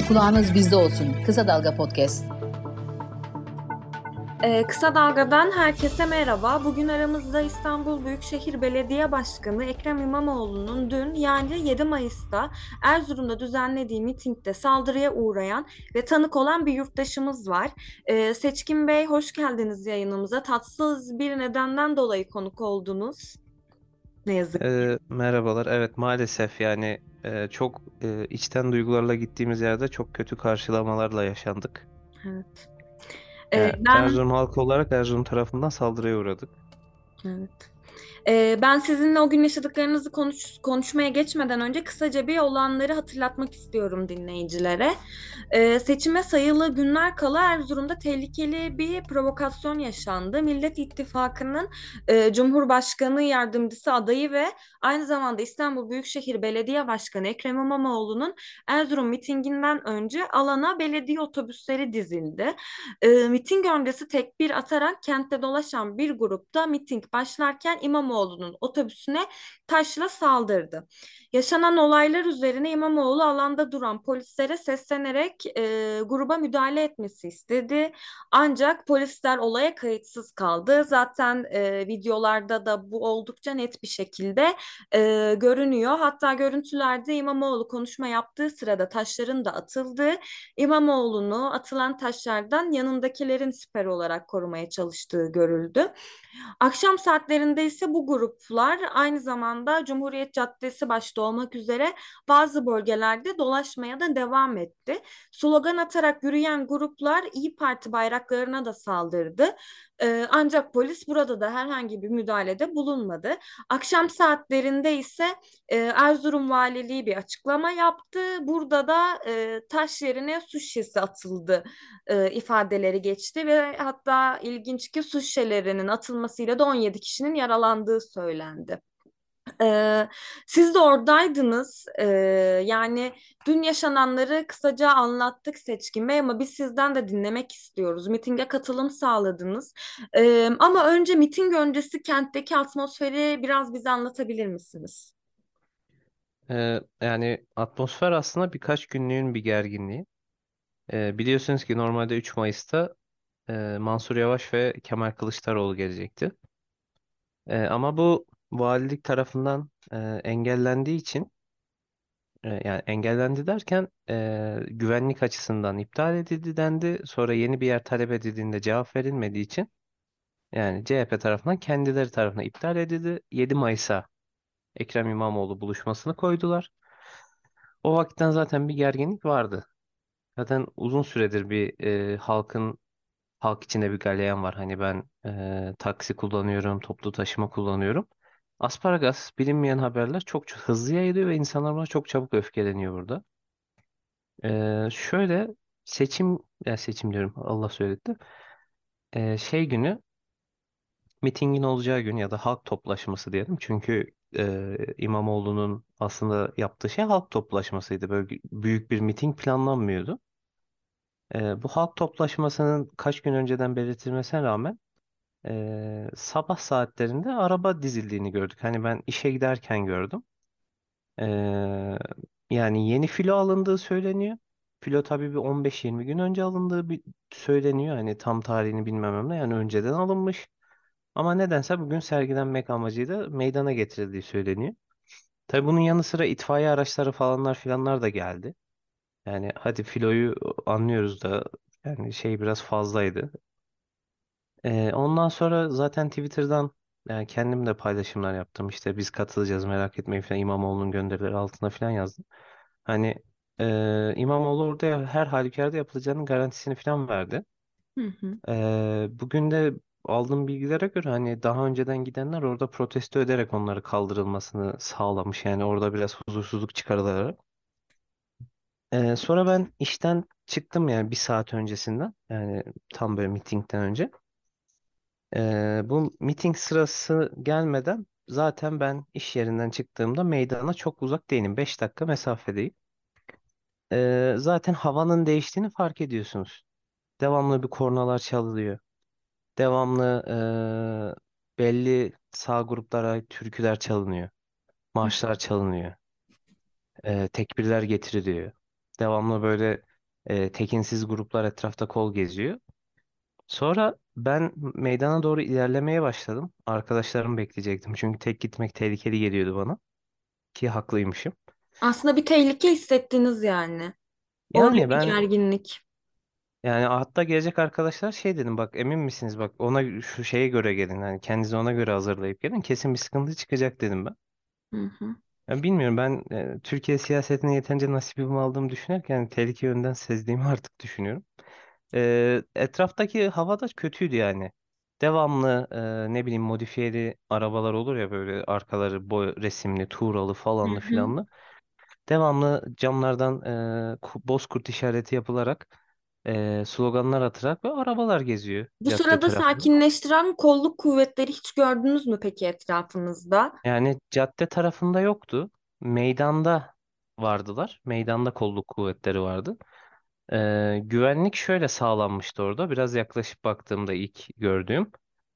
Kulağınız bizde olsun. Kısa Dalga Podcast. Kısa Dalga'dan herkese merhaba. Bugün aramızda İstanbul Büyükşehir Belediye Başkanı Ekrem İmamoğlu'nun dün yani 7 Mayıs'ta Erzurum'da düzenlediği mitingde saldırıya uğrayan ve tanık olan bir yurttaşımız var. Seçkin Bey, hoş geldiniz yayınımıza. Tatsız bir nedenden dolayı konuk oldunuz. Ne yazık. Merhabalar. Evet, maalesef yani çok içten duygularla gittiğimiz yerde çok kötü karşılamalarla yaşandık. Evet. Yani Ben Erzurum halkı olarak Erzurum tarafından saldırıya uğradık. Evet. Ben sizinle o gün yaşadıklarınızı konuşmaya geçmeden önce kısaca bir olanları hatırlatmak istiyorum dinleyicilere. Seçime sayılı günler kala Erzurum'da tehlikeli bir provokasyon yaşandı. Millet İttifakı'nın Cumhurbaşkanı yardımcısı adayı ve aynı zamanda İstanbul Büyükşehir Belediye Başkanı Ekrem İmamoğlu'nun Erzurum mitinginden önce alana belediye otobüsleri dizildi. Miting öncesi tekbir atarak kentte dolaşan bir grupta miting başlarken İmamoğlu'nun otobüsüne taşla saldırdı. Yaşanan olaylar üzerine İmamoğlu alanda duran polislere seslenerek gruba müdahale etmesi istedi. Ancak polisler olaya kayıtsız kaldı. Zaten videolarda da bu oldukça net bir şekilde görünüyor. Hatta görüntülerde İmamoğlu konuşma yaptığı sırada taşların da atıldığı, İmamoğlu'nu atılan taşlardan yanındakilerin siper olarak korumaya çalıştığı görüldü. Akşam saatlerinde ise bu gruplar aynı zamanda Cumhuriyet Caddesi başta olmak üzere bazı bölgelerde dolaşmaya da devam etti. Slogan atarak yürüyen gruplar İyi Parti bayraklarına da saldırdı. Ancak polis burada da herhangi bir müdahalede bulunmadı. Akşam saatlerinde ise Erzurum Valiliği bir açıklama yaptı. Burada da taş yerine su şişesi atıldı ifadeleri geçti ve hatta ilginç ki su şişelerinin atılmasıyla da 17 kişinin yaralandığı söylendi. Ee, Siz de oradaydınız. Yani dün yaşananları kısaca anlattık Seçkin Bey ama biz sizden de dinlemek istiyoruz. Mitinge katılım sağladınız. Ama önce miting öncesi kentteki atmosferi biraz bize anlatabilir misiniz? Yani atmosfer aslında birkaç günlüğün bir gerginliği. Biliyorsunuz ki normalde 3 Mayıs'ta Mansur Yavaş ve Kemal Kılıçdaroğlu gelecekti. Ama bu valilik tarafından engellendiği için yani engellendi derken güvenlik açısından iptal edildi dendi. Sonra yeni bir yer talep edildiğinde cevap verilmediği için yani CHP tarafından kendileri tarafından iptal edildi. 7 Mayıs'a Ekrem İmamoğlu buluşmasını koydular. O vakitten zaten bir gerginlik vardı. Zaten uzun süredir bir halk içinde bir galeyan var. Hani ben taksi kullanıyorum, toplu taşıma kullanıyorum. Asparagas, bilinmeyen haberler çok hızlı yayılıyor ve insanlar buna çok çabuk öfkeleniyor burada. Şöyle seçim diyorum, Allah söyletti. Şey günü, mitingin olacağı gün ya da halk toplaşması diyelim. Çünkü İmamoğlu'nun aslında yaptığı şey halk toplaşmasıydı. Böyle büyük bir miting planlanmıyordu. Bu halk toplaşmasının kaç gün önceden belirtilmesine rağmen sabah saatlerinde araba dizildiğini gördük. Hani ben işe giderken gördüm. Ee, Yani yeni filo alındığı söyleniyor. Filo tabii bir 15-20 gün önce alındığı bir söyleniyor. Hani tam tarihini bilmem ama yani önceden alınmış. Ama nedense bugün sergilenmek amacıyla meydana getirildiği söyleniyor. Tabii bunun yanı sıra itfaiye araçları falanlar filanlar da geldi. Yani hadi filoyu anlıyoruz da yani şey biraz fazlaydı. Ondan sonra zaten Twitter'dan yani kendim de paylaşımlar yaptım. İşte biz katılacağız merak etmeyin falan İmamoğlu'nun gönderileri altına falan yazdım. Hani İmamoğlu orada her halükarda yapılacağının garantisini falan verdi. Hı hı. Bugün de aldığım bilgilere göre hani daha önceden gidenler orada protesto ederek onları kaldırılmasını sağlamış. Yani orada biraz huzursuzluk çıkarılarak. Sonra ben işten çıktım yani bir saat öncesinden. Yani tam böyle mitingden önce. Bu miting sırası gelmeden zaten ben iş yerinden çıktığımda meydana çok uzak değilim. 5 dakika mesafedeyim. Zaten havanın değiştiğini fark ediyorsunuz. Devamlı bir kornalar çalınıyor. Devamlı belli sağ gruplara ait türküler çalınıyor. Marşlar çalınıyor. Tekbirler getiriliyor. Devamlı böyle Tekinsiz gruplar etrafta kol geziyor. Sonra ben meydana doğru ilerlemeye başladım. Arkadaşlarımı bekleyecektim. Çünkü tek gitmek tehlikeli geliyordu bana. Ki haklıymışım. Aslında bir tehlike hissettiniz yani. Orada Yani bir ben gerginlik. yani hatta gelecek arkadaşlar şey dedim, bak emin misiniz, bak ona şu şeye göre gelin. Yani kendinizi ona göre hazırlayıp gelin. Kesin bir sıkıntı çıkacak dedim ben. Hı hı. Ya bilmiyorum, ben Türkiye siyasetine yeterince nasibimi aldığımı düşünerken yani tehlike yönden sezdiğimi artık düşünüyorum. Etraftaki hava da kötüydü yani. Devamlı ne bileyim modifiyeli arabalar olur ya, böyle arkaları boy resimli, tuğralı Hı falanlı hı. filanlı. Devamlı camlardan bozkurt işareti yapılarak sloganlar atarak ve arabalar geziyor Bu cadde sırada tarafında. sakinleştiren kolluk kuvvetleri hiç gördünüz mü peki etrafınızda? Yani cadde tarafında yoktu. Meydanda vardılar. Meydanda kolluk kuvvetleri vardı. Güvenlik şöyle sağlanmıştı orada. Biraz yaklaşıp baktığımda ilk gördüğüm.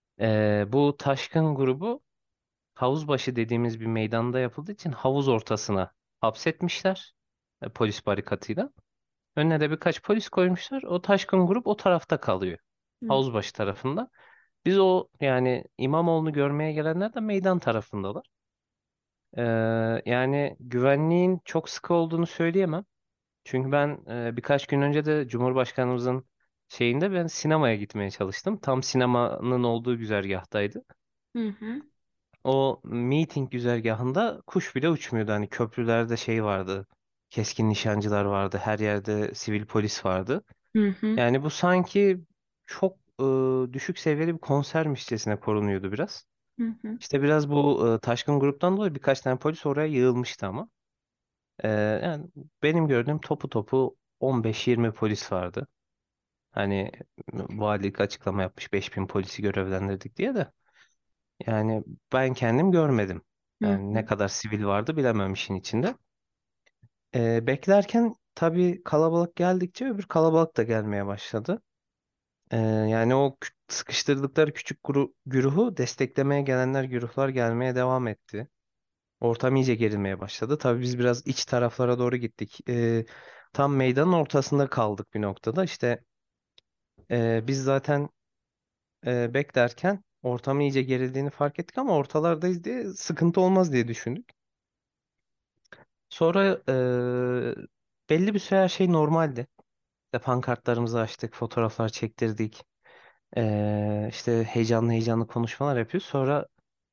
Bu taşkın grubu havuzbaşı dediğimiz bir meydanda yapıldığı için havuz ortasına hapsetmişler. Polis barikatıyla. Önüne de birkaç polis koymuşlar. O taşkın grup o tarafta kalıyor. Hı Havuzbaşı tarafında. Biz o yani İmamoğlu'nu görmeye gelenler de meydan tarafındalar. Ee, Yani güvenliğin çok sıkı olduğunu söyleyemem. Çünkü ben birkaç gün önce de Cumhurbaşkanımızın şeyinde ben sinemaya gitmeye çalıştım. Tam sinemanın olduğu güzergahtaydı. hı. Hı. O meeting güzergahında kuş bile uçmuyordu. Hani köprülerde şey vardı. Keskin nişancılar vardı. Her yerde sivil polis vardı. Hı hı. Yani bu sanki çok düşük seviyeli bir konsermişçesine korunuyordu biraz. Hı hı. İşte biraz bu taşkın gruptan dolayı birkaç tane polis oraya yığılmıştı ama. Yani benim gördüğüm topu topu 15-20 polis vardı. Hani valilik açıklama yapmış, 5.000 polisi görevlendirdik diye de. Yani ben kendim görmedim. Hı Yani ne hı. kadar sivil vardı bilemem işin içinde. Beklerken tabii kalabalık geldikçe öbür kalabalık da gelmeye başladı. Yani o sıkıştırdıkları küçük güruhu desteklemeye gelenler, güruhlar gelmeye devam etti. Ortam iyice gerilmeye başladı. Tabii biz biraz iç taraflara doğru gittik. Tam meydanın ortasında kaldık bir noktada. İşte biz zaten beklerken ortam iyice gerildiğini fark ettik ama ortalardayız diye sıkıntı olmaz diye düşündük. Sonra belli bir süre her şey normaldi. İşte pankartlarımızı açtık, fotoğraflar çektirdik. İşte heyecanlı heyecanlı konuşmalar yapıyoruz. Sonra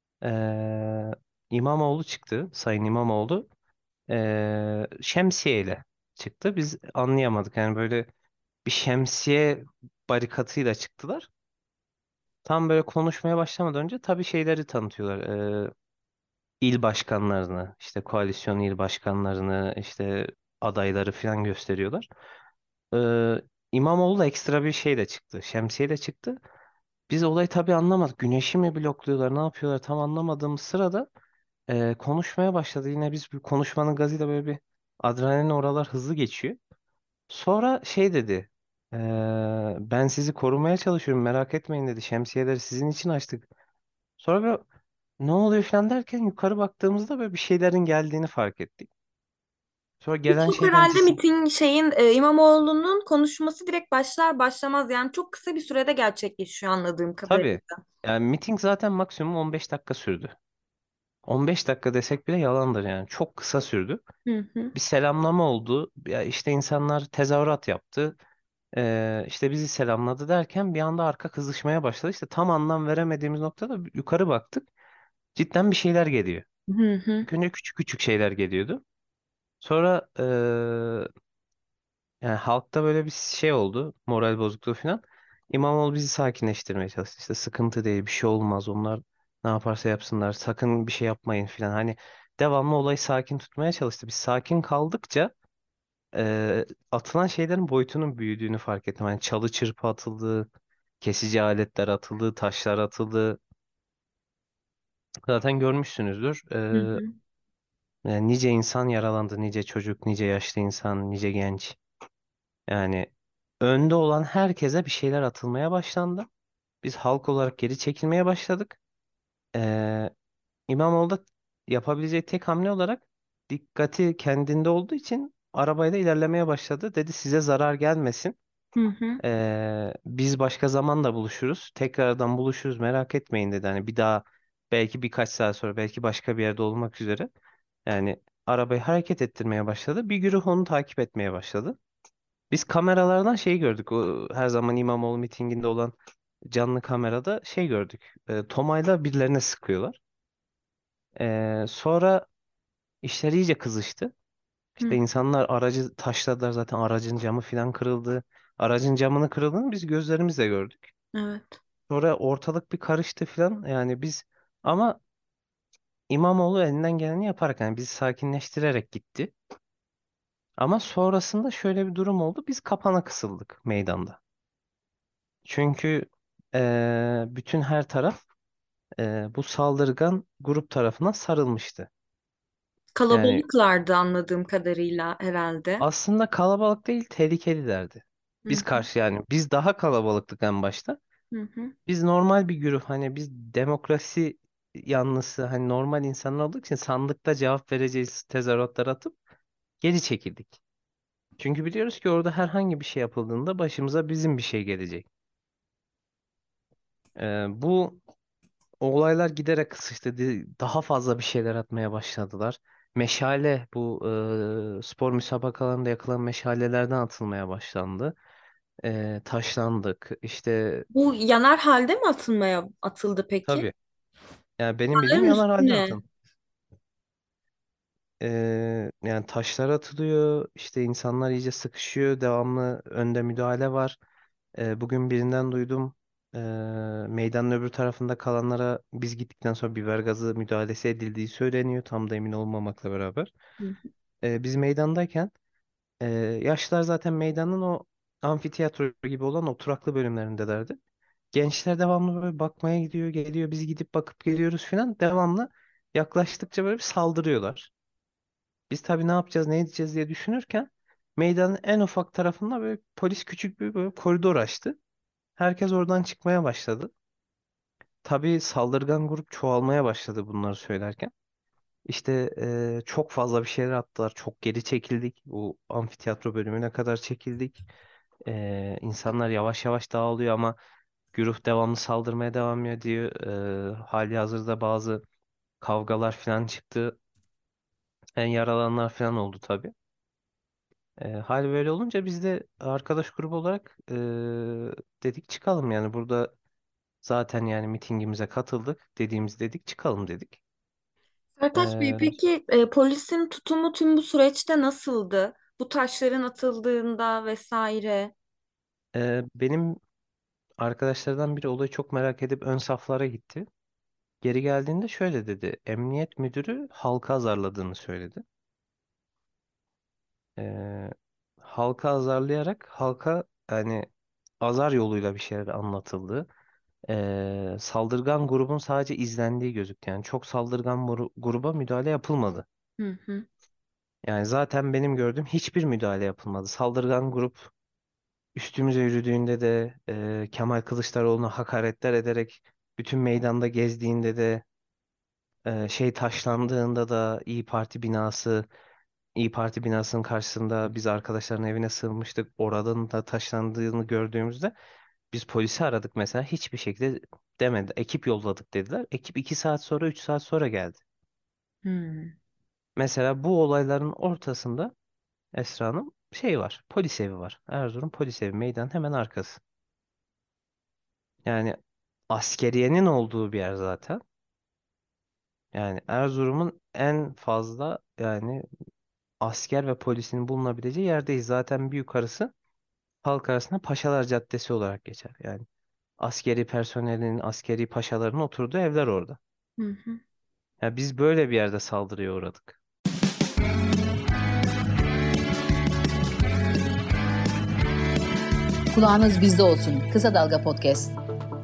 İmamoğlu çıktı, Sayın İmamoğlu. Şemsiyeyle çıktı. Biz anlayamadık. Yani böyle bir şemsiye barikatıyla çıktılar. Tam böyle konuşmaya başlamadan önce tabii şeyleri tanıtıyorlar. İl başkanlarını, işte koalisyon il başkanlarını, işte adayları falan gösteriyorlar. Ee, İmamoğlu da ekstra bir şeyle çıktı. Şemsiyeyle çıktı. Biz olayı tabii anlamadık. Güneşi mi blokluyorlar, ne yapıyorlar tam anlamadığımız sırada konuşmaya başladı. Yine biz bu konuşmanın gazıyla böyle bir adrenalin oralar hızlı geçiyor. Sonra şey dedi. Ben sizi korumaya çalışıyorum, merak etmeyin dedi. Şemsiyeleri sizin için açtık. Sonra böyle ne oluyor falan derken yukarı baktığımızda böyle bir şeylerin geldiğini fark ettik. Sonra gelen Birçok şeyden herhalde miting İmamoğlu'nun konuşması direkt başlar başlamaz yani çok kısa bir sürede gerçekleşiyor anladığım kadarıyla. tabii yani miting zaten maksimum 15 dakika sürdü. 15 dakika desek bile yalandır yani. Çok kısa sürdü. Hı hı. Bir selamlama oldu. Ya işte insanlar tezahürat yaptı. İşte bizi selamladı derken bir anda arka kızışmaya başladı. İşte tam anlam veremediğimiz noktada yukarı baktık. Cidden bir şeyler geliyor. Hı hı. İlk önce küçük küçük şeyler geliyordu. Sonra yani halkta böyle bir şey oldu. Moral bozukluğu falan. İmamoğlu bizi sakinleştirmeye çalıştı. İşte sıkıntı değil, bir şey olmaz. Onlar ne yaparsa yapsınlar. Sakın bir şey yapmayın falan. Hani devamlı olayı sakin tutmaya çalıştı. Biz sakin kaldıkça atılan şeylerin boyutunun büyüdüğünü fark ettim. Hani çalı çırpı atıldı, kesici aletler atıldı, taşlar atıldı. Zaten görmüşsünüzdür. Hı hı. Yani nice insan yaralandı, nice çocuk, nice yaşlı insan, nice genç. Yani önde olan herkese bir şeyler atılmaya başlandı. Biz halk olarak geri çekilmeye başladık. Ee, İmamoğlu da yapabileceği tek hamle olarak dikkati kendinde olduğu için arabayla ilerlemeye başladı. Dedi size zarar gelmesin. Hı hı. Biz başka zaman da buluşuruz. Tekrardan buluşuruz, merak etmeyin dedi. Hani bir daha belki birkaç saat sonra belki başka bir yerde olmak üzere. Yani arabayı hareket ettirmeye başladı. Bir güruh onu takip etmeye başladı. Biz kameralardan şeyi gördük. O her zaman İmamoğlu mitinginde olan canlı kamerada şey gördük. Tomayla birilerine sıkıyorlar. Sonra işler iyice kızıştı. İşte Hı. insanlar aracı taşladılar, zaten aracın camı falan kırıldı. Aracın camını kırıldığını biz gözlerimizle gördük. Evet. Sonra ortalık bir karıştı falan. Yani biz ama İmamoğlu elinden geleni yaparak yani bizi sakinleştirerek gitti. Ama sonrasında şöyle bir durum oldu. Biz kapana kısıldık meydanda. Çünkü bütün her taraf bu saldırgan grup tarafından sarılmıştı. Yani Kalabalıklardı anladığım kadarıyla herhalde. aslında kalabalık değil, tehlikelilerdi. Hı Biz hı. karşı yani biz daha kalabalıktık en başta. Hı hı. Biz normal bir güruh, hani biz demokrasi yanlısı, hani normal insanlar olduğu için sandıkta cevap vereceğiz tezahüratlar atıp geri çekildik. Çünkü biliyoruz ki orada herhangi bir şey yapıldığında başımıza bizim bir şey gelecek. Bu olaylar giderek kısıştı. Daha fazla bir şeyler atmaya başladılar. Meşale, bu spor müsabakalarında yakılan meşalelerden atılmaya başlandı. Taşlandık. İşte Bu yanar halde mi atıldı peki? tabii. Yani benim bildiğim Onların yanar halde üstüne. atın. Yani taşlar atılıyor. İşte insanlar iyice sıkışıyor. Devamlı önde müdahale var. Bugün birinden duydum. Ee, Meydanın öbür tarafında kalanlara biz gittikten sonra biber gazı müdahalesi edildiği söyleniyor. Tam da emin olmamakla beraber. Hı hı. Biz meydandayken yaşlılar zaten meydanın o amfiteyatro gibi olan oturaklı bölümlerindelerdi. Gençler devamlı böyle bakmaya gidiyor, geliyor. Biz gidip bakıp geliyoruz falan. Devamlı yaklaştıkça böyle bir saldırıyorlar. Biz tabii ne yapacağız, ne edeceğiz diye düşünürken meydanın en ufak tarafında böyle polis küçük bir böyle koridor açtı. Herkes oradan çıkmaya başladı. Tabii saldırgan grup çoğalmaya başladı bunları söylerken. İşte çok fazla bir şeyler attılar. Çok geri çekildik. Bu amfiteyatro bölümüne kadar çekildik. İnsanlar yavaş yavaş dağılıyor ama güruh devamlı saldırmaya devam ediyor. Hali hazırda bazı kavgalar falan çıktı. Yaralananlar falan oldu tabii. Hal böyle olunca biz de arkadaş grubu olarak dedik çıkalım, yani burada zaten yani mitingimize katıldık, dediğimiz dedik, çıkalım dedik. Sertaç Bey, Ee, peki polisin tutumu tüm bu süreçte nasıldı? Bu taşların atıldığında vesaire. Benim arkadaşlardan biri olayı çok merak edip ön saflara gitti. Geri geldiğinde şöyle dedi: emniyet müdürü halka azarladığını söyledi. Ee, Halka azarlayarak halka yani azar yoluyla bir şeyler anlatıldı. Saldırgan grubun sadece izlendiği gözüktü. Yani çok saldırgan gruba müdahale yapılmadı. Hı hı. Yani zaten benim gördüğüm hiçbir müdahale yapılmadı. Saldırgan grup üstümüze yürüdüğünde de Kemal Kılıçdaroğlu'na hakaretler ederek bütün meydanda gezdiğinde de şey taşlandığında da İyi Parti binasının karşısında biz arkadaşların evine sığınmıştık. Oradan da taşlandığını gördüğümüzde biz polisi aradık mesela, hiçbir şekilde demedi. Ekip yolladık dediler. Ekip 2 saat sonra 3 saat sonra geldi. Hmm. Mesela bu olayların ortasında Esra Hanım şey var. Polis evi var. Erzurum polis evi meydanın hemen arkası. Yani askeriyenin olduğu bir yer zaten. Yani Erzurum'un en fazla yani asker ve polisinin bulunabileceği yerdeyiz. Zaten bir yukarısı halk arasında Paşalar Caddesi olarak geçer. Yani askeri personelin, askeri paşaların oturduğu evler orada. Hı hı. Ya biz böyle bir yerde saldırıya uğradık. Kulağınız bizde olsun. Kısa Dalga Podcast.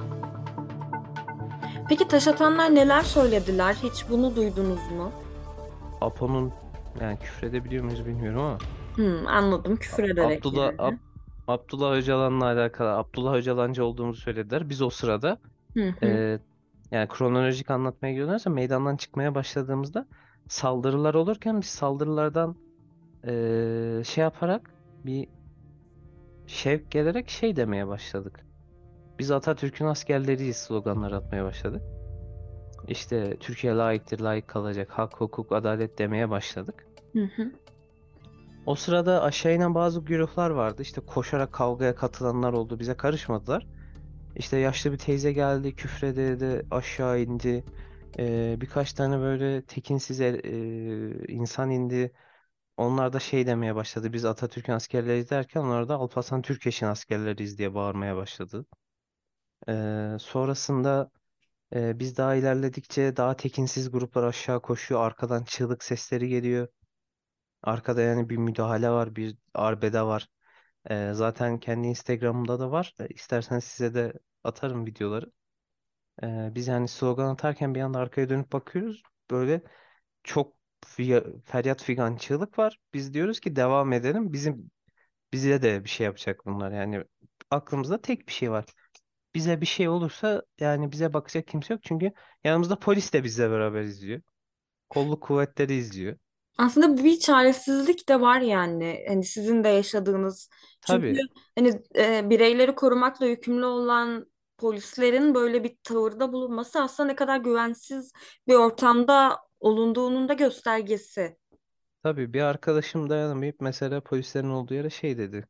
Peki taş atanlar neler söylediler? Hiç bunu duydunuz mu? Apo'nun, yani küfredebiliyor muyuz bilmiyorum ama Anladım. Küfür ederek Abdullah yani. Abdullah Öcalan'la alakalı Abdullah Öcalancı olduğumuzu söylediler. Biz o sırada Hı hı. e, yani kronolojik anlatmaya gidiyorlarsa meydandan çıkmaya başladığımızda saldırılar olurken biz saldırılardan şey yaparak bir şevk gelerek şey demeye başladık. Biz Atatürk'ün askerleriyiz sloganları atmaya başladık. İşte Türkiye layıktır, layık kalacak, hak, hukuk, adalet demeye başladık. Hı hı. O sırada aşağı inen bazı güruhlar vardı. İşte koşarak kavgaya katılanlar oldu. Bize karışmadılar. İşte yaşlı bir teyze geldi, küfrede aşağı indi. Birkaç tane böyle tekinsiz insan indi. Onlar da şey demeye başladı. Biz Atatürk'ün askerleriyiz derken onlar da Alparslan Türkeş'in askerleriyiz diye bağırmaya başladı. Sonrasında biz daha ilerledikçe daha tekinsiz gruplar aşağı koşuyor. Arkadan çığlık sesleri geliyor. Arkada yani bir müdahale var, bir arbede var. Zaten kendi Instagram'ımda da var. İsterseniz size de atarım videoları. Biz yani slogan atarken bir anda arkaya dönüp bakıyoruz. Böyle çok feryat figan çığlık var. Biz diyoruz ki devam edelim. Bize de bir şey yapacak bunlar. Yani aklımızda tek bir şey var. Bize bir şey olursa yani bize bakacak kimse yok. Çünkü yanımızda polis de bizle beraber izliyor. Kolluk kuvvetleri izliyor. Aslında bir çaresizlik de var yani. Hani sizin de yaşadığınız. Çünkü Tabii, hani bireyleri korumakla yükümlü olan polislerin böyle bir tavırda bulunması aslında ne kadar güvensiz bir ortamda olunduğunun da göstergesi. tabii bir arkadaşım dayanamayıp mesela polislerin olduğu yere şey dedi.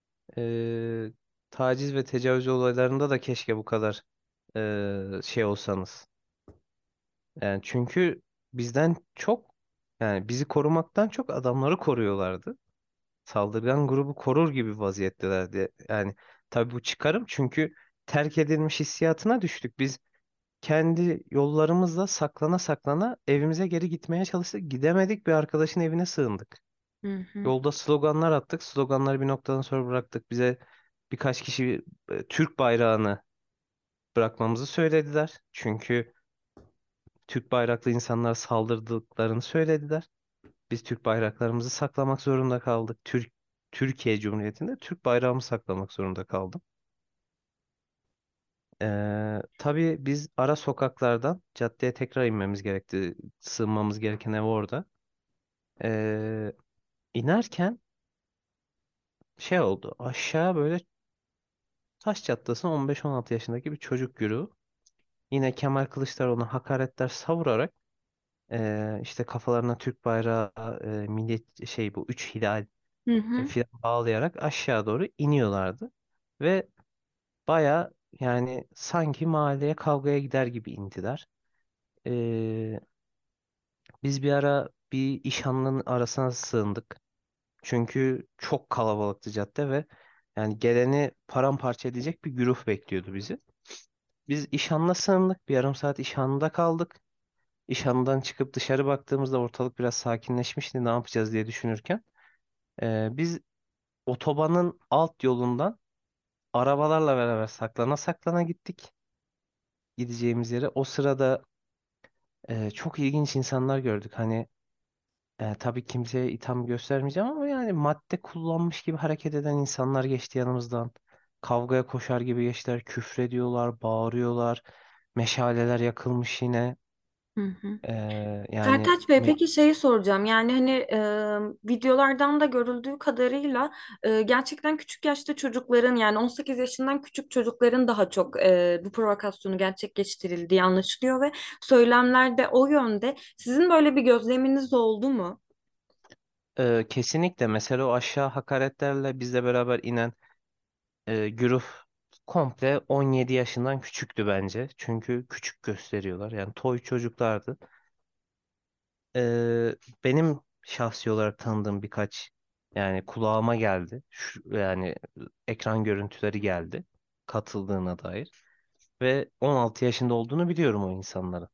Ee, taciz ve tecavüz olaylarında da keşke bu kadar şey olsanız. Yani çünkü bizden çok yani bizi korumaktan çok adamları koruyorlardı. Saldırgan grubu korur gibi vaziyettelerdi. Yani tabii bu çıkarım çünkü terk edilmiş hissiyatına düştük. Biz kendi yollarımızla saklana saklana evimize geri gitmeye çalıştık. Gidemedik, bir arkadaşın evine sığındık. Hı hı. Yolda sloganlar attık. Sloganları bir noktadan sonra bıraktık. Bize birkaç kişi Türk bayrağını bırakmamızı söylediler. Çünkü Türk bayraklı insanlara saldırdıklarını söylediler. Biz Türk bayraklarımızı saklamak zorunda kaldık. Türkiye Cumhuriyeti'nde Türk bayrağımı saklamak zorunda kaldım. Tabii biz ara sokaklardan caddeye tekrar inmemiz gerekti. Sığınmamız gereken ev orada. Ee, inerken şey oldu. Aşağı böyle taş çatlasın 15-16 yaşındaki bir çocuk güruhu. Yine Kemal Kılıçdaroğlu'na hakaretler savurarak işte kafalarına Türk bayrağı, millet şey bu üç hilal Hı hı. filan bağlayarak aşağı doğru iniyorlardı. Ve baya yani sanki mahalleye kavgaya gider gibi indiler. Ee, biz bir ara bir İşhanlı'nın arasına sığındık. Çünkü çok kalabalıktı cadde ve yani geleni paramparça edecek bir güruh bekliyordu bizi. Biz İşhan'la sığındık. Bir yarım saat İşhan'da kaldık. İşhan'dan çıkıp dışarı baktığımızda ortalık biraz sakinleşmişti. Ne yapacağız diye düşünürken. Biz otobanın alt yolundan arabalarla beraber saklana saklana gittik gideceğimiz yere. O sırada çok ilginç insanlar gördük. Hani tabii kimseye itham göstermeyeceğim ama yani madde kullanmış gibi hareket eden insanlar geçti yanımızdan. Kavgaya koşar gibi geçtiler. Küfrediyorlar, bağırıyorlar. Meşaleler yakılmış yine. Hı hı. Yani Sertaç Bey, peki şeyi soracağım. Yani hani videolardan da görüldüğü kadarıyla gerçekten küçük yaşta çocukların, yani 18 yaşından küçük çocukların daha çok bu provokasyonu gerçekleştirildiği anlaşılıyor ve söylemler de o yönde. Sizin böyle bir gözleminiz oldu mu? kesinlikle mesela o aşağı hakaretlerle bizle beraber inen güruh komple 17 yaşından küçüktü bence. Çünkü küçük gösteriyorlar. Yani toy çocuklardı. Benim şahsi olarak tanıdığım birkaç yani kulağıma geldi. Yani ekran görüntüleri geldi katıldığına dair. Ve 16 yaşında olduğunu biliyorum o insanların.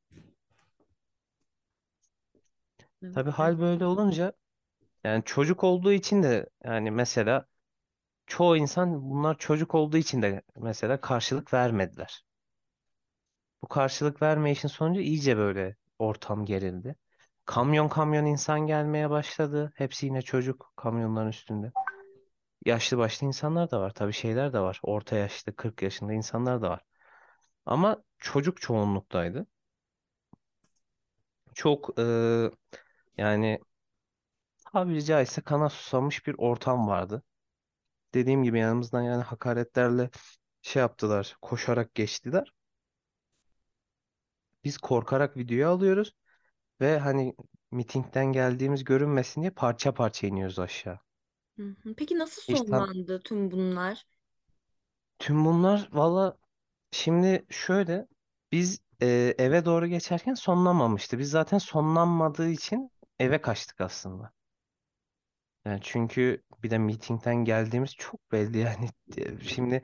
Tabii hal böyle olunca yani çocuk olduğu için de yani mesela çoğu insan bunlar çocuk olduğu için de mesela karşılık vermediler. Bu karşılık vermeyişin sonucu iyice böyle ortam gerildi. Kamyon kamyon insan gelmeye başladı. Hepsi yine çocuk kamyonların üstünde. Yaşlı başlı insanlar da var. Tabii şeyler de var. Orta yaşlı 40 yaşında insanlar da var. Ama çocuk çoğunluktaydı. Çok yani tabiri caizse kana susamış bir ortam vardı. Dediğim gibi yanımızdan yani hakaretlerle şey yaptılar, koşarak geçtiler. Biz korkarak videoyu alıyoruz ve hani mitingden geldiğimiz görünmesin diye parça parça iniyoruz aşağı. Hı hı. Peki nasıl İşte sonlandı tüm bunlar? tüm bunlar valla şimdi şöyle biz eve doğru geçerken sonlanmamıştı. Biz zaten sonlanmadığı için eve kaçtık aslında. Yani çünkü bir de mitingden geldiğimiz çok belli yani. Şimdi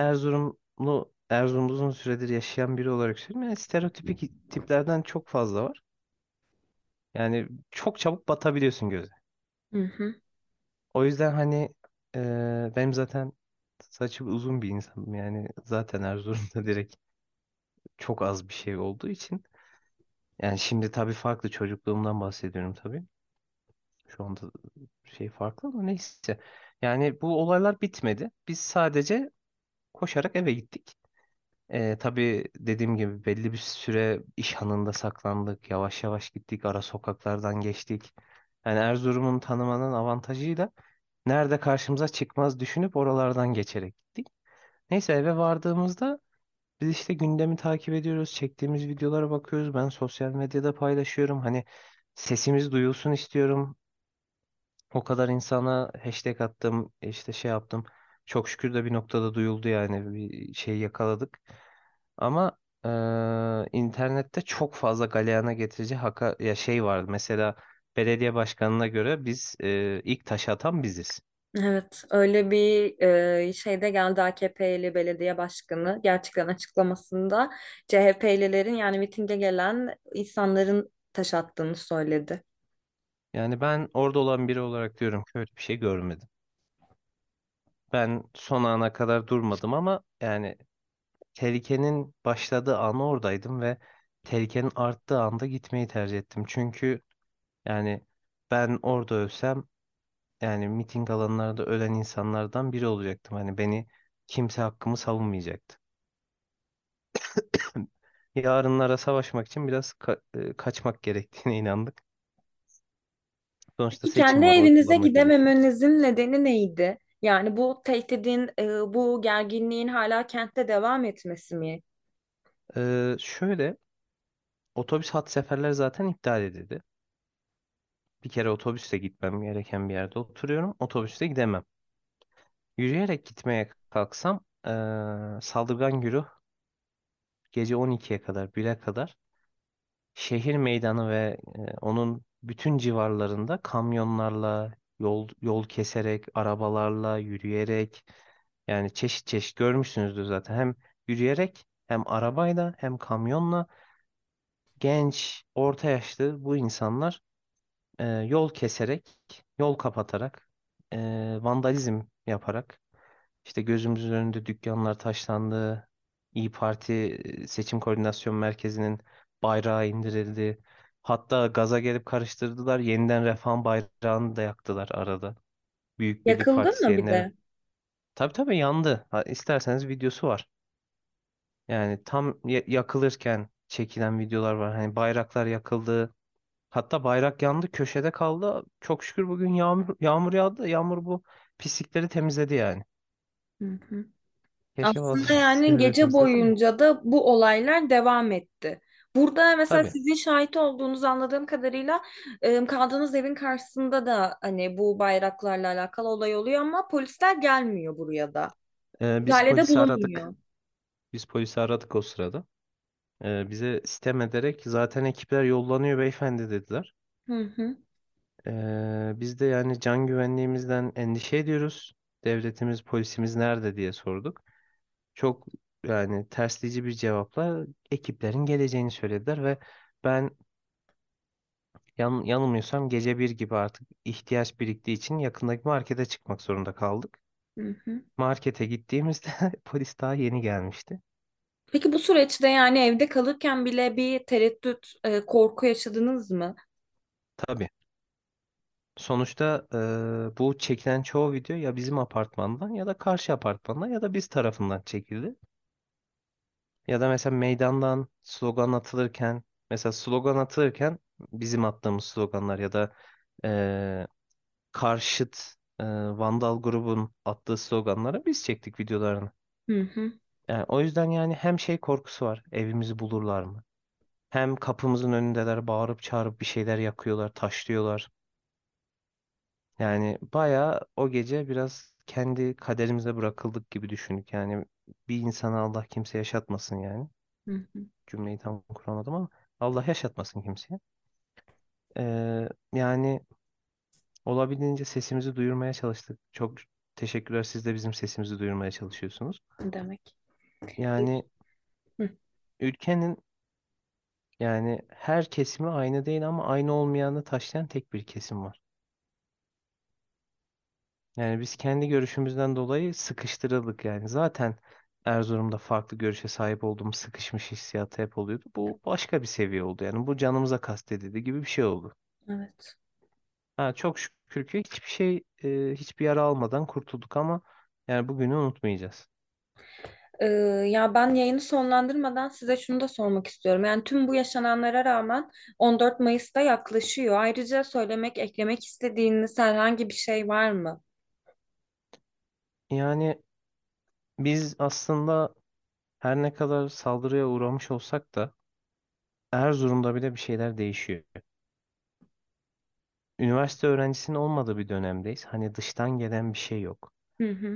Erzurum'da uzun süredir yaşayan biri olarak söyleyeyim. Yani stereotipik tiplerden çok fazla var. Yani çok çabuk batabiliyorsun göze. Hı hı. O yüzden hani benim zaten saçı uzun bir insanım. Yani zaten Erzurum'da direkt çok az bir şey olduğu için. Yani şimdi tabii farklı çocukluğumdan bahsediyorum tabii. Şu anda şey farklı ama neyse. Yani bu olaylar bitmedi. Biz sadece koşarak eve gittik. Tabii dediğim gibi belli bir süre iş hanında saklandık. Yavaş yavaş gittik. Ara sokaklardan geçtik. Yani Erzurum'un tanımanın avantajıyla nerede karşımıza çıkmaz düşünüp oralardan geçerek gittik. Neyse eve vardığımızda biz işte gündemi takip ediyoruz. Çektiğimiz videolara bakıyoruz. Ben sosyal medyada paylaşıyorum. Hani sesimiz duyulsun istiyorum. O kadar insana hashtag attım, işte şey yaptım. Çok şükür de bir noktada duyuldu yani bir şey yakaladık. Ama internette çok fazla galeyana getirici ya şey vardı. Mesela belediye başkanına göre biz ilk taşı atan biziz. Evet, öyle bir şeyde geldi AKP'li belediye başkanı gerçekten açıklamasında CHP'lilerin yani mitinge gelen insanların taş attığını söyledi. Yani ben orada olan biri olarak diyorum ki öyle bir şey görmedim. Ben son ana kadar durmadım ama yani tehlikenin başladığı an oradaydım ve tehlikenin arttığı anda gitmeyi tercih ettim. Çünkü yani ben orada ölsem yani miting alanlarında ölen insanlardan biri olacaktım. Hani beni kimse hakkımı savunmayacaktı. Yarınlara savaşmak için biraz kaçmak gerektiğine inandık. Sonuçta Peki kendi seçim var, oy evinize kullanma gibi bir şey. gidememenizin nedeni neydi? Yani bu tehdidin, bu gerginliğin hala kentte devam etmesi mi? Şöyle otobüs hat seferleri zaten iptal edildi. Bir kere otobüsle gitmem gereken bir yerde oturuyorum. Otobüsle gidemem. Yürüyerek gitmeye kalksam saldırgan güruh gece 12'ye kadar 1'e kadar şehir meydanı ve onun bütün civarlarında kamyonlarla, yol keserek, arabalarla, yürüyerek yani çeşit çeşit görmüşsünüzdür zaten. Hem yürüyerek hem arabayla hem kamyonla genç, orta yaşlı bu insanlar yol keserek, yol kapatarak, vandalizm yaparak işte gözümüzün önünde dükkanlar taşlandı. İyi Parti Seçim Koordinasyon Merkezi'nin bayrağı indirildi. Hatta gaza gelip karıştırdılar. Yeniden Refah'ın bayrağını da yaktılar arada. Büyük Birlik Yakıldın Partisi mı bir yeniden. de? Tabii tabii yandı. Ha, isterseniz videosu var. Yani tam yakılırken çekilen videolar var. Hani bayraklar yakıldı. Hatta bayrak yandı, köşede kaldı. Çok şükür bugün yağmur yağdı. Yağmur bu pislikleri temizledi yani. Hı hı. Keşke bazı Aslında yani şeyleri gece temizledi ama. boyunca da bu olaylar devam etti. Burada mesela Tabii. sizin şahit olduğunuz anladığım kadarıyla kaldığınız evin karşısında da hani bu bayraklarla alakalı olay oluyor ama polisler gelmiyor buraya da. Biz Müdahalede polisi aradık. bulunmuyor. Biz polisi aradık o sırada. Bize sitem ederek zaten ekipler yollanıyor beyefendi dediler. Hı hı. Biz de yani can güvenliğimizden endişe ediyoruz. Devletimiz, polisimiz nerede diye sorduk. Çok yani tersleyici bir cevapla ekiplerin geleceğini söylediler ve ben yanılmıyorsam gece bir gibi artık ihtiyaç biriktiği için yakındaki markete çıkmak zorunda kaldık. Hı hı. Markete gittiğimizde polis daha yeni gelmişti. Peki bu süreçte yani evde kalırken bile bir tereddüt, korku yaşadınız mı? Tabii. Sonuçta bu çekilen çoğu video ya bizim apartmandan ya da karşı apartmandan ya da biz tarafından çekildi. Ya da mesela meydandan slogan atılırken mesela slogan atılırken bizim attığımız sloganlar ya da karşıt Vandal grubun attığı sloganlara biz çektik videolarını. Hı hı. Yani o yüzden yani hem şey korkusu var. Evimizi bulurlar mı? Hem kapımızın önündeler, bağırıp çağırıp bir şeyler yakıyorlar, taşlıyorlar. Yani bayağı o gece biraz kendi kaderimize bırakıldık gibi düşündük. Yani bir insana Allah kimse yaşatmasın yani. Hı hı. Cümleyi tam kuramadım ama Allah yaşatmasın kimseye. Yani olabildiğince sesimizi duyurmaya çalıştık. Çok teşekkürler. Siz de bizim sesimizi duyurmaya çalışıyorsunuz. Ne demek? Yani Hı. ülkenin yani her kesimi aynı değil ama aynı olmayanı taşlayan tek bir kesim var. Yani biz kendi görüşümüzden dolayı sıkıştırıldık yani. Zaten Erzurum'da farklı görüşe sahip olduğumuz sıkışmış hissiyatı hep oluyordu. Bu başka bir seviye oldu. Yani bu canımıza kastedildi gibi bir şey oldu. Evet. Ha, çok şükür ki hiçbir şey, hiçbir yara almadan kurtulduk ama yani bugünü unutmayacağız. Ee, Ya ben yayını sonlandırmadan size şunu da sormak istiyorum. Yani tüm bu yaşananlara rağmen 14 Mayıs'ta yaklaşıyor. Ayrıca söylemek, eklemek istediğiniz herhangi bir şey var mı? Yani biz aslında her ne kadar saldırıya uğramış olsak da Erzurum'da bile bir şeyler değişiyor. Üniversite öğrencisinin olmadığı bir dönemdeyiz. Hani dıştan gelen bir şey yok. Hı hı.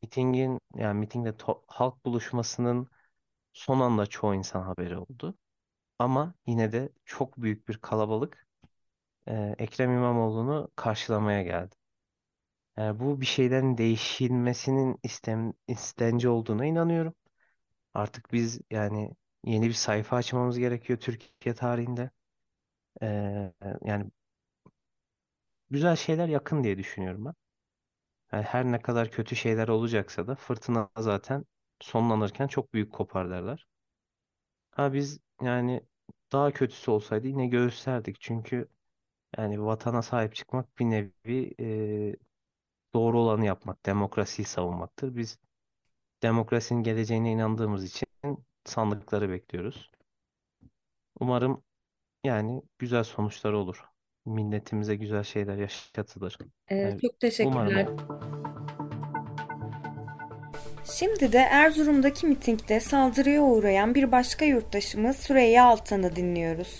Halk buluşmasının son anda çoğu insan haberi oldu. Ama yine de çok büyük bir kalabalık Ekrem İmamoğlu'nu karşılamaya geldi. Yani bu bir şeylerin değişilmesinin istenci olduğuna inanıyorum. Artık biz yani yeni bir sayfa açmamız gerekiyor Türkiye tarihinde. Yani güzel şeyler yakın diye düşünüyorum ben. Yani her ne kadar kötü şeyler olacaksa da fırtına zaten sonlanırken çok büyük kopar derler. Ha biz yani daha kötüsü olsaydı yine göğüslerdik. Çünkü yani vatana sahip çıkmak bir nevi doğru olanı yapmak, demokrasiyi savunmaktır. Biz demokrasinin geleceğine inandığımız için sandıkları bekliyoruz. Umarım yani güzel sonuçlar olur. Milletimize güzel şeyler yaşatılır. Yani Çok umarım teşekkürler. Şimdi de Erzurum'daki mitingde saldırıya uğrayan bir başka yurttaşımız Süreyya Altan'ı dinliyoruz.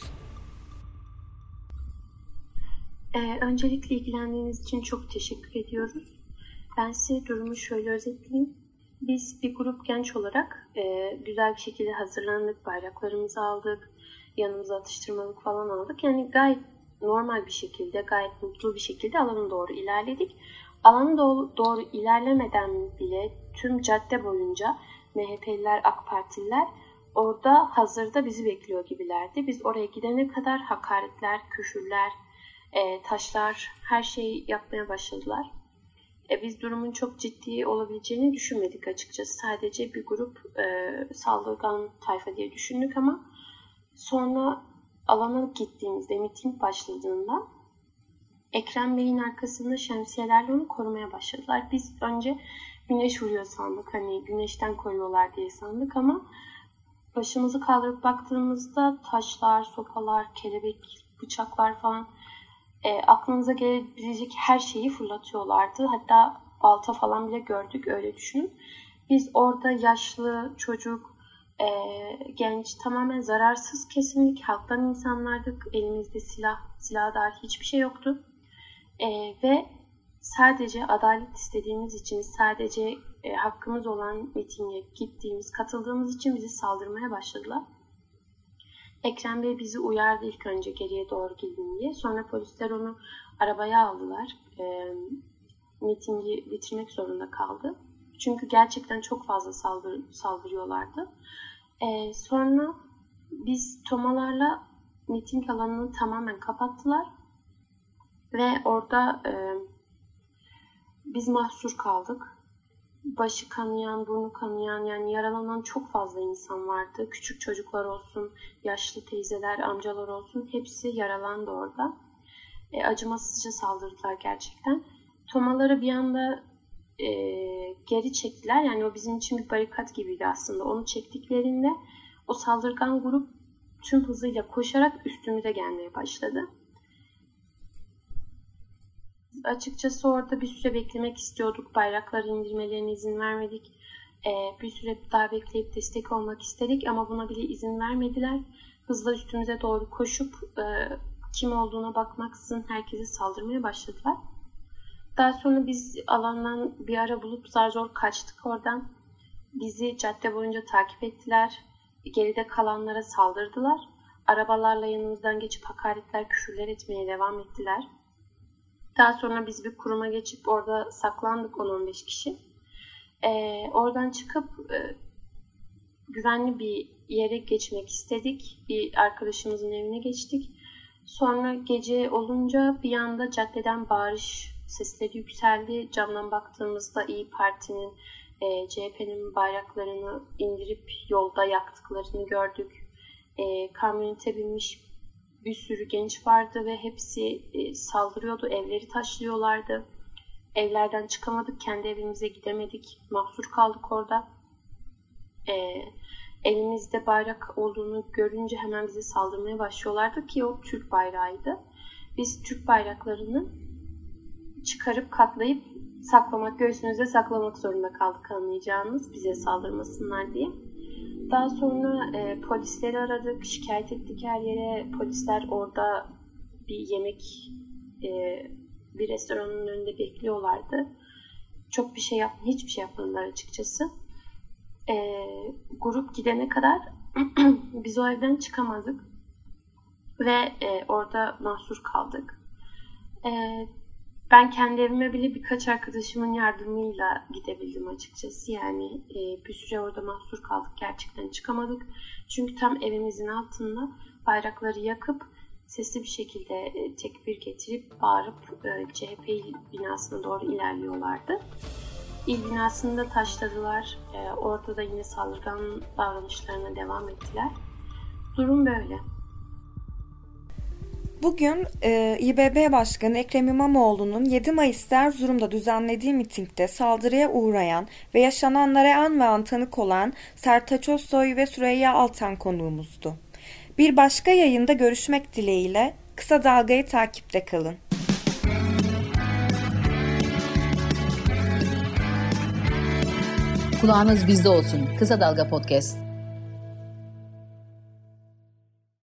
Öncelikle ilgilendiğiniz için çok teşekkür ediyoruz. Ben size durumu şöyle özetleyeyim. Biz bir grup genç olarak güzel bir şekilde hazırlandık, bayraklarımızı aldık, yanımıza atıştırmalık falan aldık. Yani gayet normal bir şekilde, gayet mutlu bir şekilde alana doğru ilerledik. Alana doğru ilerlemeden bile tüm cadde boyunca MHP'liler, AK Partililer orada hazırda bizi bekliyor gibilerdi. Biz oraya gidene kadar hakaretler, küfürler, taşlar, her şeyi yapmaya başladılar. Biz durumun çok ciddi olabileceğini düşünmedik açıkçası. Sadece bir grup saldırgan tayfa diye düşündük ama sonra alana gittiğimizde, miting başladığında Ekrem Bey'in arkasında şemsiyelerle onu korumaya başladılar. Biz önce güneş vuruyor sandık, hani güneşten koruyorlar diye sandık ama başımızı kaldırıp baktığımızda taşlar, sopalar, kelebek, bıçaklar falan aklınıza gelebilecek her şeyi fırlatıyorlardı. Hatta balta falan bile gördük, öyle düşünün. Biz orada yaşlı, çocuk, genç, tamamen zararsız kesimlik halktan insanlardık. Elimizde silah dair hiçbir şey yoktu. Ve sadece adalet istediğimiz için, sadece hakkımız olan mitinge gittiğimiz, katıldığımız için bizi saldırmaya başladılar. Ekrem Bey bizi uyardı ilk önce geriye doğru gidin diye. Sonra polisler onu arabaya aldılar. Mitingi bitirmek zorunda kaldı. Çünkü gerçekten çok fazla saldırıyorlardı. Sonra biz tomalarla miting alanını tamamen kapattılar. Ve orada biz mahsur kaldık. Başı kanayan, burnu kanayan, yani yaralanan çok fazla insan vardı. Küçük çocuklar olsun, yaşlı teyzeler, amcalar olsun, hepsi yaralandı orada. Acımasızca saldırdılar gerçekten. Tomaları bir anda geri çektiler. Yani o bizim için bir barikat gibiydi aslında. Onu çektiklerinde o saldırgan grup tüm hızıyla koşarak üstümüze gelmeye başladı. açıkçası orada bir süre beklemek istiyorduk. Bayrakları indirmelerine izin vermedik. Bir süre daha bekleyip destek olmak istedik ama buna bile izin vermediler. Hızla üstümüze doğru koşup kim olduğuna bakmaksızın herkese saldırmaya başladılar. Daha sonra biz alandan bir ara bulup zar zor kaçtık oradan. Bizi cadde boyunca takip ettiler. Geride kalanlara saldırdılar. Arabalarla yanımızdan geçip hakaretler, küfürler etmeye devam ettiler. Daha sonra biz bir kuruma geçip orada saklandık 10-15 kişi. Oradan çıkıp güvenli bir yere geçmek istedik. Bir arkadaşımızın evine geçtik. Sonra gece olunca bir anda caddeden bağırış sesleri yükseldi. Camdan baktığımızda İYİ Parti'nin, CHP'nin bayraklarını indirip yolda yaktıklarını gördük. Kamyonete binmiş bir sürü genç vardı ve hepsi saldırıyordu. Evleri taşlıyorlardı. Evlerden çıkamadık. Kendi evimize gidemedik. Mahsur kaldık orada. Elimizde bayrak olduğunu görünce hemen bize saldırmaya başlıyorlardı ki o Türk bayrağıydı. Biz Türk bayraklarını çıkarıp katlayıp göğsümüzde saklamak zorunda kaldık, anlayacağınız, bize saldırmasınlar diye. Daha sonra polisleri aradık, şikayet ettik her yere. Polisler orada bir yemek, bir restoranın önünde bekliyorlardı. Hiçbir şey yapmadılar açıkçası. Grup gidene kadar biz o evden çıkamadık ve orada mahsur kaldık. Ben kendi evime bile birkaç arkadaşımın yardımıyla gidebildim açıkçası. Yani bir süre orada mahsur kaldık. Gerçekten çıkamadık. Çünkü tam evimizin altında bayrakları yakıp sesli bir şekilde tekbir getirip bağırıp CHP binasına doğru ilerliyorlardı. İl binasını da taşladılar. Orada da yine saldırgan davranışlarına devam ettiler. Durum böyle. Bugün İBB Başkanı Ekrem İmamoğlu'nun 7 Mayıs'ta Erzurum'da düzenlediği mitingde saldırıya uğrayan ve yaşananlara an ve an tanık olan Sertaç Özsoy ve Süreyya Altan konuğumuzdu. Bir başka yayında görüşmek dileğiyle Kısa Dalga'yı takipte kalın. Kulağınız bizde olsun. Kısa Dalga Podcast.